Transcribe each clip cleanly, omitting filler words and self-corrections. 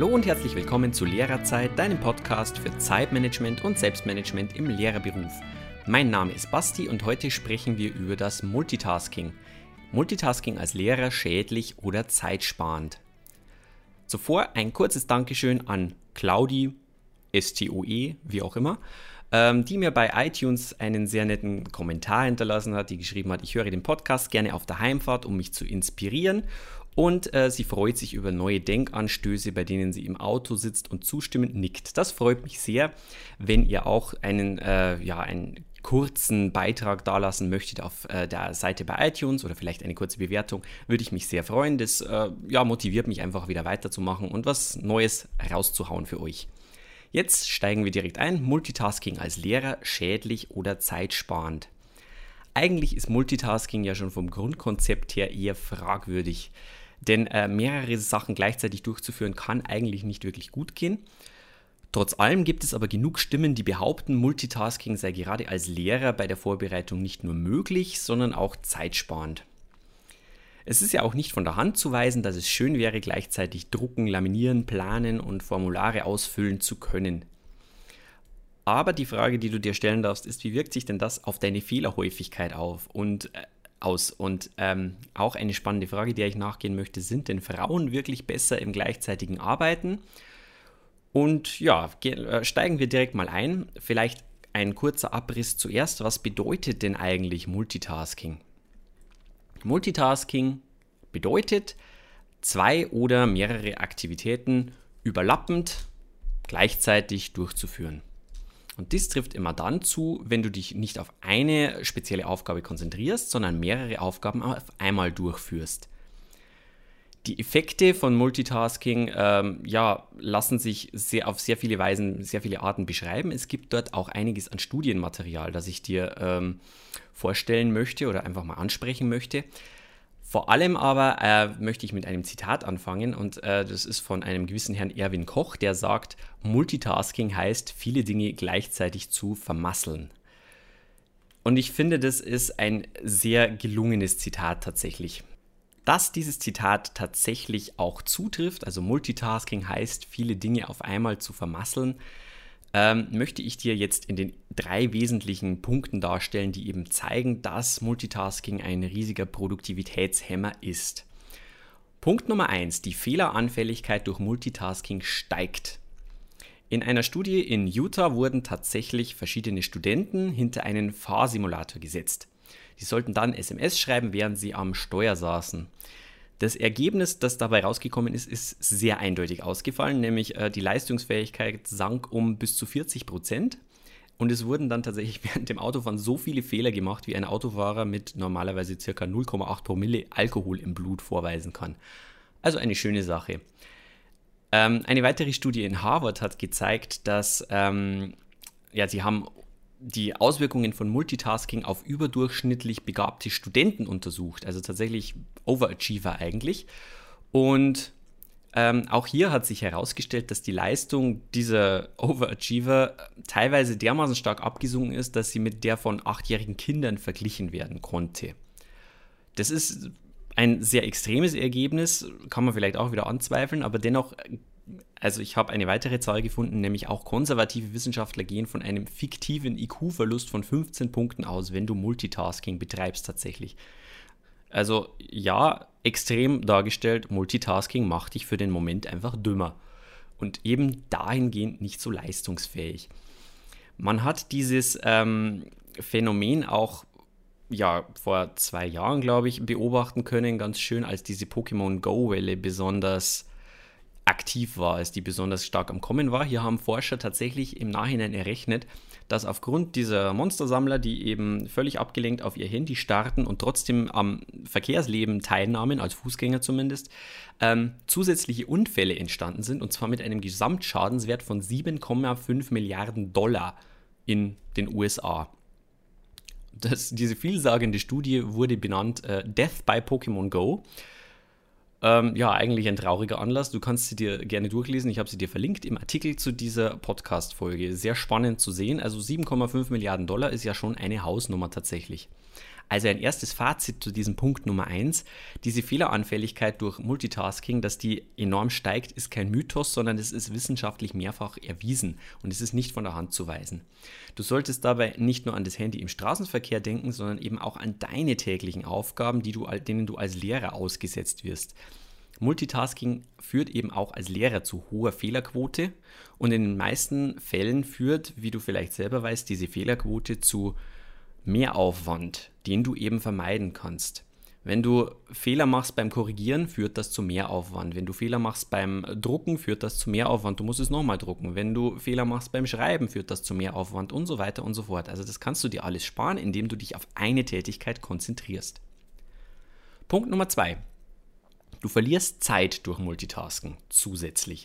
Hallo und herzlich willkommen zu Lehrerzeit, deinem Podcast für Zeitmanagement und Selbstmanagement im Lehrerberuf. Mein Name ist Basti und heute sprechen wir über das Multitasking. Multitasking als Lehrer schädlich oder zeitsparend. Zuvor ein kurzes Dankeschön an Claudi, STOE, wie auch immer, die mir bei iTunes einen sehr netten Kommentar hinterlassen hat, die geschrieben hat, ich höre den Podcast gerne auf der Heimfahrt, um mich zu inspirieren. Und sie freut sich über neue Denkanstöße, bei denen sie im Auto sitzt und zustimmend nickt. Das freut mich sehr. Wenn ihr auch einen kurzen Beitrag dalassen möchtet auf der Seite bei iTunes oder vielleicht eine kurze Bewertung, würde ich mich sehr freuen. Das motiviert mich einfach wieder weiterzumachen und was Neues rauszuhauen für euch. Jetzt steigen wir direkt ein. Multitasking als Lehrer schädlich oder zeitsparend? Eigentlich ist Multitasking ja schon vom Grundkonzept her eher fragwürdig. Denn mehrere Sachen gleichzeitig durchzuführen kann eigentlich nicht wirklich gut gehen. Trotz allem gibt es aber genug Stimmen, die behaupten, Multitasking sei gerade als Lehrer bei der Vorbereitung nicht nur möglich, sondern auch zeitsparend. Es ist ja auch nicht von der Hand zu weisen, dass es schön wäre, gleichzeitig drucken, laminieren, planen und Formulare ausfüllen zu können. Aber die Frage, die du dir stellen darfst, ist, wie wirkt sich denn das auf deine Fehlerhäufigkeit aus? Und auch eine spannende Frage, der ich nachgehen möchte, sind denn Frauen wirklich besser im gleichzeitigen Arbeiten? Und ja, steigen wir direkt mal ein. Vielleicht ein kurzer Abriss zuerst. Was bedeutet denn eigentlich Multitasking? Multitasking bedeutet, zwei oder mehrere Aktivitäten überlappend gleichzeitig durchzuführen. Und das trifft immer dann zu, wenn du dich nicht auf eine spezielle Aufgabe konzentrierst, sondern mehrere Aufgaben auf einmal durchführst. Die Effekte von Multitasking lassen sich auf sehr viele Weisen, sehr viele Arten beschreiben. Es gibt dort auch einiges an Studienmaterial, das ich dir vorstellen möchte oder einfach mal ansprechen möchte. Vor allem aber möchte ich mit einem Zitat anfangen und das ist von einem gewissen Herrn Erwin Koch, der sagt, Multitasking heißt, viele Dinge gleichzeitig zu vermasseln. Und ich finde, das ist ein sehr gelungenes Zitat tatsächlich. Dass dieses Zitat tatsächlich auch zutrifft, also Multitasking heißt, viele Dinge auf einmal zu vermasseln, möchte ich dir jetzt in den 3 wesentlichen Punkten darstellen, die eben zeigen, dass Multitasking ein riesiger Produktivitätshemmer ist. Punkt Nummer 1. Die Fehleranfälligkeit durch Multitasking steigt. In einer Studie in Utah wurden tatsächlich verschiedene Studenten hinter einen Fahrsimulator gesetzt. Die sollten dann SMS schreiben, während sie am Steuer saßen. Das Ergebnis, das dabei rausgekommen ist, ist sehr eindeutig ausgefallen, nämlich die Leistungsfähigkeit sank um bis zu 40% und es wurden dann tatsächlich während dem Autofahren so viele Fehler gemacht, wie ein Autofahrer mit normalerweise ca. 0,8 Promille Alkohol im Blut vorweisen kann. Also eine schöne Sache. Eine weitere Studie in Harvard hat gezeigt, dass sie haben die Auswirkungen von Multitasking auf überdurchschnittlich begabte Studenten untersucht, also tatsächlich Overachiever eigentlich. Und auch hier hat sich herausgestellt, dass die Leistung dieser Overachiever teilweise dermaßen stark abgesunken ist, dass sie mit der von 8-jährigen Kindern verglichen werden konnte. Das ist ein sehr extremes Ergebnis, kann man vielleicht auch wieder anzweifeln, aber dennoch, also ich habe eine weitere Zahl gefunden, nämlich auch konservative Wissenschaftler gehen von einem fiktiven IQ-Verlust von 15 Punkten aus, wenn du Multitasking betreibst tatsächlich. Also ja, extrem dargestellt, Multitasking macht dich für den Moment einfach dümmer und eben dahingehend nicht so leistungsfähig. Man hat dieses Phänomen auch vor 2 Jahren, glaube ich, beobachten können, ganz schön, als diese Pokémon Go-Welle besonders aktiv war, als die besonders stark am Kommen war. Hier haben Forscher tatsächlich im Nachhinein errechnet, dass aufgrund dieser Monstersammler, die eben völlig abgelenkt auf ihr Handy starten und trotzdem am Verkehrsleben teilnahmen, als Fußgänger zumindest, zusätzliche Unfälle entstanden sind, und zwar mit einem Gesamtschadenswert von 7,5 Milliarden Dollar in den USA. Diese vielsagende Studie wurde benannt Death by Pokémon Go. Eigentlich ein trauriger Anlass. Du kannst sie dir gerne durchlesen. Ich habe sie dir verlinkt im Artikel zu dieser Podcast-Folge. Sehr spannend zu sehen. Also 7,5 Milliarden Dollar ist ja schon eine Hausnummer tatsächlich. Also ein erstes Fazit zu diesem Punkt Nummer 1. Diese Fehleranfälligkeit durch Multitasking, dass die enorm steigt, ist kein Mythos, sondern es ist wissenschaftlich mehrfach erwiesen und es ist nicht von der Hand zu weisen. Du solltest dabei nicht nur an das Handy im Straßenverkehr denken, sondern eben auch an deine täglichen Aufgaben, denen du als Lehrer ausgesetzt wirst. Multitasking führt eben auch als Lehrer zu hoher Fehlerquote und in den meisten Fällen führt, wie du vielleicht selber weißt, diese Fehlerquote zu Mehraufwand, den du eben vermeiden kannst. Wenn du Fehler machst beim Korrigieren, führt das zu Mehraufwand. Wenn du Fehler machst beim Drucken, führt das zu Mehraufwand. Du musst es nochmal drucken. Wenn du Fehler machst beim Schreiben, führt das zu Mehraufwand und so weiter und so fort. Also das kannst du dir alles sparen, indem du dich auf eine Tätigkeit konzentrierst. Punkt Nummer 2. Du verlierst Zeit durch Multitasken zusätzlich.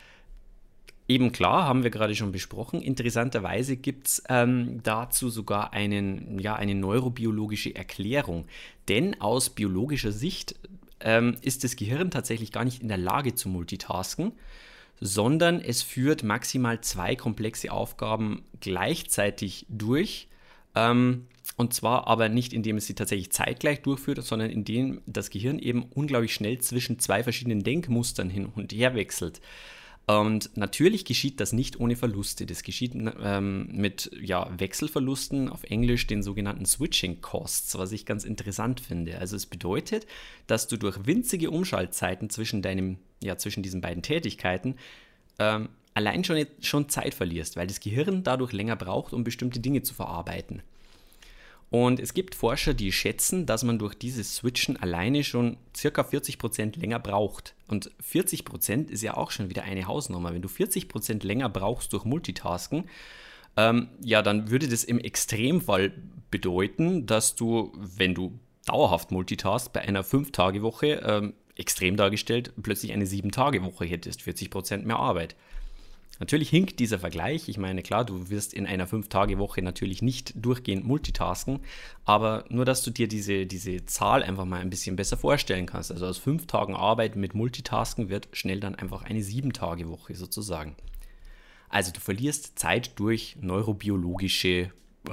Eben klar, haben wir gerade schon besprochen. Interessanterweise gibt es dazu sogar eine neurobiologische Erklärung. Denn aus biologischer Sicht ist das Gehirn tatsächlich gar nicht in der Lage zu multitasken, sondern es führt maximal 2 komplexe Aufgaben gleichzeitig durch. Und zwar aber nicht, indem es sie tatsächlich zeitgleich durchführt, sondern indem das Gehirn eben unglaublich schnell zwischen 2 verschiedenen Denkmustern hin und her wechselt. Und natürlich geschieht das nicht ohne Verluste. Das geschieht mit Wechselverlusten, auf Englisch den sogenannten Switching Costs, was ich ganz interessant finde. Also es bedeutet, dass du durch winzige Umschaltzeiten zwischen diesen beiden Tätigkeiten allein schon Zeit verlierst, weil das Gehirn dadurch länger braucht, um bestimmte Dinge zu verarbeiten. Und es gibt Forscher, die schätzen, dass man durch dieses Switchen alleine schon ca. 40% länger braucht. Und 40% ist ja auch schon wieder eine Hausnummer. Wenn du 40% länger brauchst durch Multitasken, dann würde das im Extremfall bedeuten, dass du, wenn du dauerhaft multitask, bei einer 5-Tage-Woche, extrem dargestellt, plötzlich eine 7-Tage-Woche hättest, 40% mehr Arbeit. Natürlich hinkt dieser Vergleich. Ich meine, klar, du wirst in einer 5-Tage-Woche natürlich nicht durchgehend multitasken, aber nur, dass du dir diese Zahl einfach mal ein bisschen besser vorstellen kannst. Also aus 5 Tagen Arbeit mit Multitasken wird schnell dann einfach eine 7-Tage-Woche sozusagen. Also du verlierst Zeit durch neurobiologische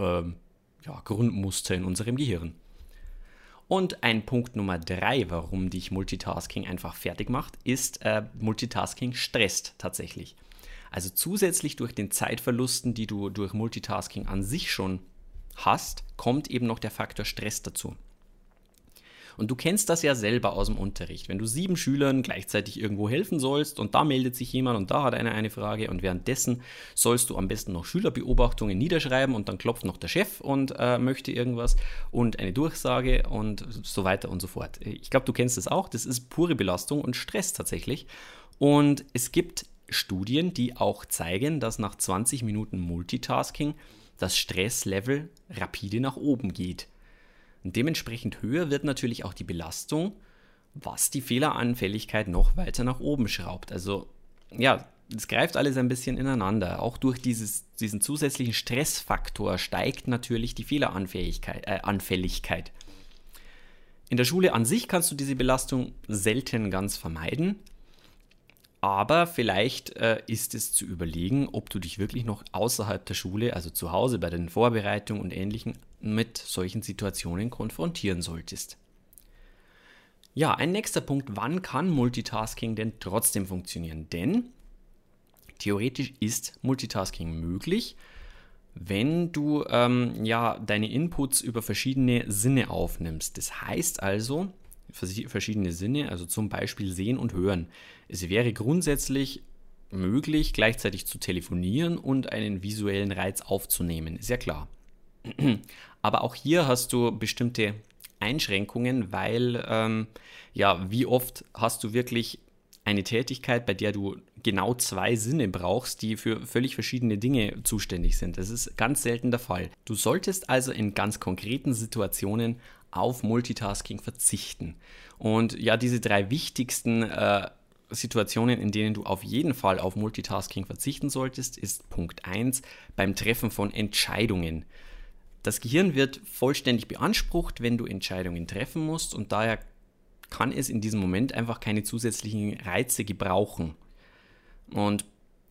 Grundmuster in unserem Gehirn. Und ein Punkt Nummer 3, warum dich Multitasking einfach fertig macht, ist, Multitasking stresst tatsächlich. Also zusätzlich durch den Zeitverlusten, die du durch Multitasking an sich schon hast, kommt eben noch der Faktor Stress dazu. Und du kennst das ja selber aus dem Unterricht. Wenn du 7 Schülern gleichzeitig irgendwo helfen sollst und da meldet sich jemand und da hat einer eine Frage und währenddessen sollst du am besten noch Schülerbeobachtungen niederschreiben und dann klopft noch der Chef und möchte irgendwas und eine Durchsage und so weiter und so fort. Ich glaube, du kennst das auch. Das ist pure Belastung und Stress tatsächlich. Und es gibt Studien, die auch zeigen, dass nach 20 Minuten Multitasking das Stresslevel rapide nach oben geht. Und dementsprechend höher wird natürlich auch die Belastung, was die Fehleranfälligkeit noch weiter nach oben schraubt. Also ja, es greift alles ein bisschen ineinander. Auch durch diesen zusätzlichen Stressfaktor steigt natürlich die Fehleranfälligkeit. In der Schule an sich kannst du diese Belastung selten ganz vermeiden. Aber vielleicht ist es zu überlegen, ob du dich wirklich noch außerhalb der Schule, also zu Hause bei den Vorbereitungen und Ähnlichem, mit solchen Situationen konfrontieren solltest. Ja, ein nächster Punkt, wann kann Multitasking denn trotzdem funktionieren? Denn theoretisch ist Multitasking möglich, wenn du deine Inputs über verschiedene Sinne aufnimmst. Das heißt also, verschiedene Sinne, also zum Beispiel Sehen und Hören. Es wäre grundsätzlich möglich, gleichzeitig zu telefonieren und einen visuellen Reiz aufzunehmen, ist ja klar. Aber auch hier hast du bestimmte Einschränkungen, weil wie oft hast du wirklich eine Tätigkeit, bei der du genau 2 Sinne brauchst, die für völlig verschiedene Dinge zuständig sind. Das ist ganz selten der Fall. Du solltest also in ganz konkreten Situationen auf Multitasking verzichten. Und ja, diese 3 wichtigsten Situationen, in denen du auf jeden Fall auf Multitasking verzichten solltest, ist Punkt 1 beim Treffen von Entscheidungen. Das Gehirn wird vollständig beansprucht, wenn du Entscheidungen treffen musst und daher kann es in diesem Moment einfach keine zusätzlichen Reize gebrauchen. Und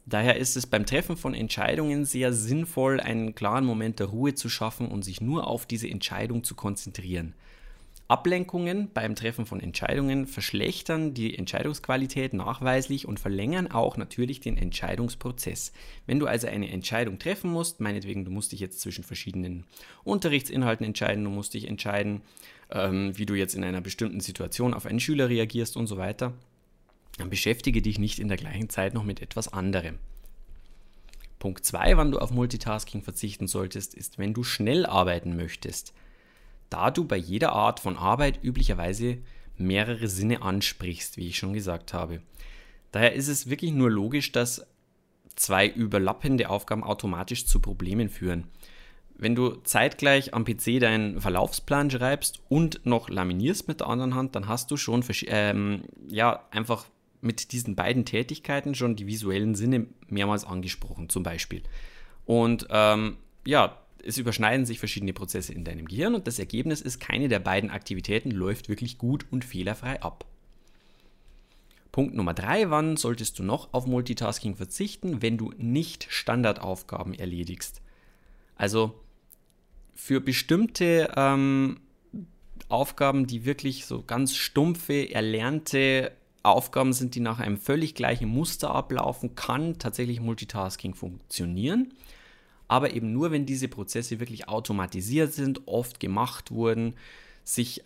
Daher ist es beim Treffen von Entscheidungen sehr sinnvoll, einen klaren Moment der Ruhe zu schaffen und sich nur auf diese Entscheidung zu konzentrieren. Ablenkungen beim Treffen von Entscheidungen verschlechtern die Entscheidungsqualität nachweislich und verlängern auch natürlich den Entscheidungsprozess. Wenn du also eine Entscheidung treffen musst, meinetwegen, du musst dich jetzt zwischen verschiedenen Unterrichtsinhalten entscheiden, du musst dich entscheiden, wie du jetzt in einer bestimmten Situation auf einen Schüler reagierst und so weiter, dann beschäftige dich nicht in der gleichen Zeit noch mit etwas anderem. Punkt 2, wann du auf Multitasking verzichten solltest, ist, wenn du schnell arbeiten möchtest. Da du bei jeder Art von Arbeit üblicherweise mehrere Sinne ansprichst, wie ich schon gesagt habe. Daher ist es wirklich nur logisch, dass 2 überlappende Aufgaben automatisch zu Problemen führen. Wenn du zeitgleich am PC deinen Verlaufsplan schreibst und noch laminierst mit der anderen Hand, dann hast du schon einfach mit diesen beiden Tätigkeiten schon die visuellen Sinne mehrmals angesprochen, zum Beispiel. Und es überschneiden sich verschiedene Prozesse in deinem Gehirn und das Ergebnis ist, keine der beiden Aktivitäten läuft wirklich gut und fehlerfrei ab. Punkt Nummer 3, wann solltest du noch auf Multitasking verzichten, wenn du nicht Standardaufgaben erledigst? Also für bestimmte Aufgaben, die wirklich so ganz stumpfe, erlernte Aufgaben sind, die nach einem völlig gleichen Muster ablaufen, kann tatsächlich Multitasking funktionieren. Aber eben nur, wenn diese Prozesse wirklich automatisiert sind, oft gemacht wurden, sich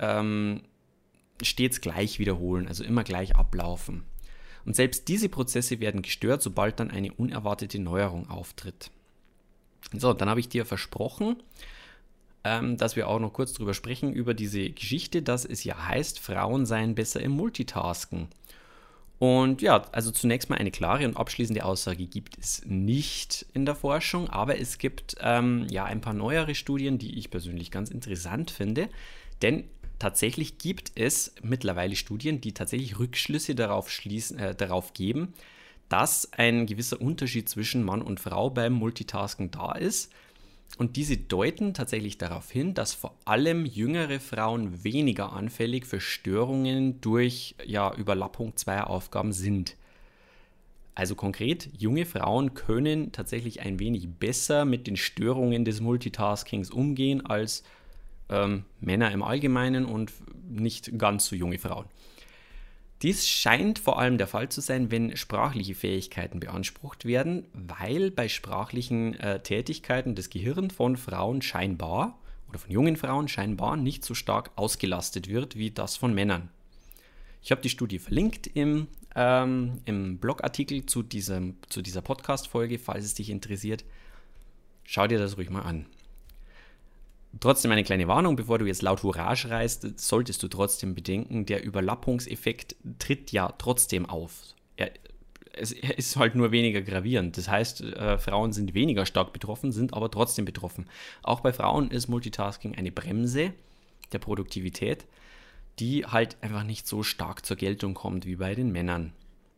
stets gleich wiederholen, also immer gleich ablaufen. Und selbst diese Prozesse werden gestört, sobald dann eine unerwartete Neuerung auftritt. So, dann habe ich dir versprochen, dass wir auch noch kurz drüber sprechen, über diese Geschichte, dass es ja heißt, Frauen seien besser im Multitasken. Und ja, also zunächst mal eine klare und abschließende Aussage gibt es nicht in der Forschung, aber es gibt ein paar neuere Studien, die ich persönlich ganz interessant finde, denn tatsächlich gibt es mittlerweile Studien, die tatsächlich Rückschlüsse darauf geben, dass ein gewisser Unterschied zwischen Mann und Frau beim Multitasken da ist. Und diese deuten tatsächlich darauf hin, dass vor allem jüngere Frauen weniger anfällig für Störungen durch Überlappung zweier Aufgaben sind. Also konkret, junge Frauen können tatsächlich ein wenig besser mit den Störungen des Multitaskings umgehen als Männer im Allgemeinen und nicht ganz so junge Frauen. Dies scheint vor allem der Fall zu sein, wenn sprachliche Fähigkeiten beansprucht werden, weil bei sprachlichen Tätigkeiten das Gehirn von Frauen scheinbar oder von jungen Frauen scheinbar nicht so stark ausgelastet wird wie das von Männern. Ich habe die Studie verlinkt im Blogartikel zu dieser Podcast-Folge, falls es dich interessiert. Schau dir das ruhig mal an. Trotzdem eine kleine Warnung, bevor du jetzt laut Hurra schreist, solltest du trotzdem bedenken, der Überlappungseffekt tritt ja trotzdem auf. Er ist halt nur weniger gravierend. Das heißt, Frauen sind weniger stark betroffen, sind aber trotzdem betroffen. Auch bei Frauen ist Multitasking eine Bremse der Produktivität, die halt einfach nicht so stark zur Geltung kommt wie bei den Männern.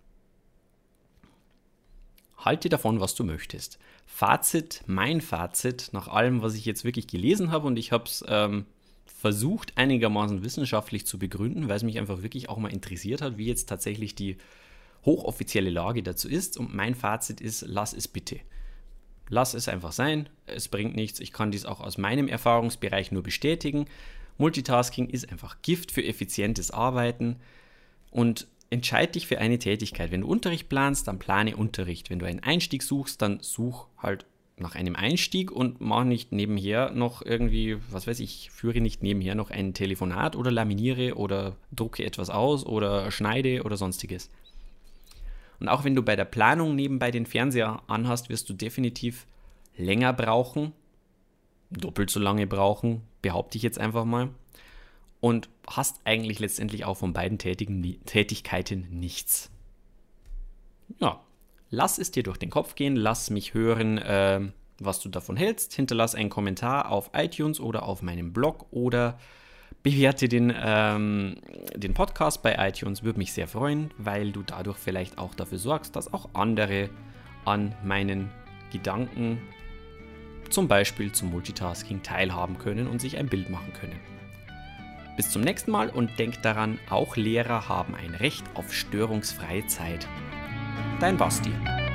Halte davon, was du möchtest. Mein Fazit nach allem, was ich jetzt wirklich gelesen habe, und ich habe es versucht, einigermaßen wissenschaftlich zu begründen, weil es mich einfach wirklich auch mal interessiert hat, wie jetzt tatsächlich die hochoffizielle Lage dazu ist. Und mein Fazit ist, lass es bitte. Lass es einfach sein, es bringt nichts. Ich kann dies auch aus meinem Erfahrungsbereich nur bestätigen. Multitasking ist einfach Gift für effizientes Arbeiten und entscheide dich für eine Tätigkeit. Wenn du Unterricht planst, dann plane Unterricht. Wenn du einen Einstieg suchst, dann such halt nach einem Einstieg und mach nicht nebenher noch irgendwie, führe nicht nebenher noch ein Telefonat oder laminiere oder drucke etwas aus oder schneide oder sonstiges. Und auch wenn du bei der Planung nebenbei den Fernseher anhast, wirst du definitiv länger brauchen, doppelt so lange brauchen, behaupte ich jetzt einfach mal. Und hast eigentlich letztendlich auch von beiden Tätigkeiten nichts. Ja, lass es dir durch den Kopf gehen, lass mich hören, was du davon hältst. Hinterlass einen Kommentar auf iTunes oder auf meinem Blog oder bewerte den Podcast bei iTunes. Würde mich sehr freuen, weil du dadurch vielleicht auch dafür sorgst, dass auch andere an meinen Gedanken, zum Beispiel zum Multitasking, teilhaben können und sich ein Bild machen können. Bis zum nächsten Mal und denk daran, auch Lehrer haben ein Recht auf störungsfreie Zeit. Dein Basti.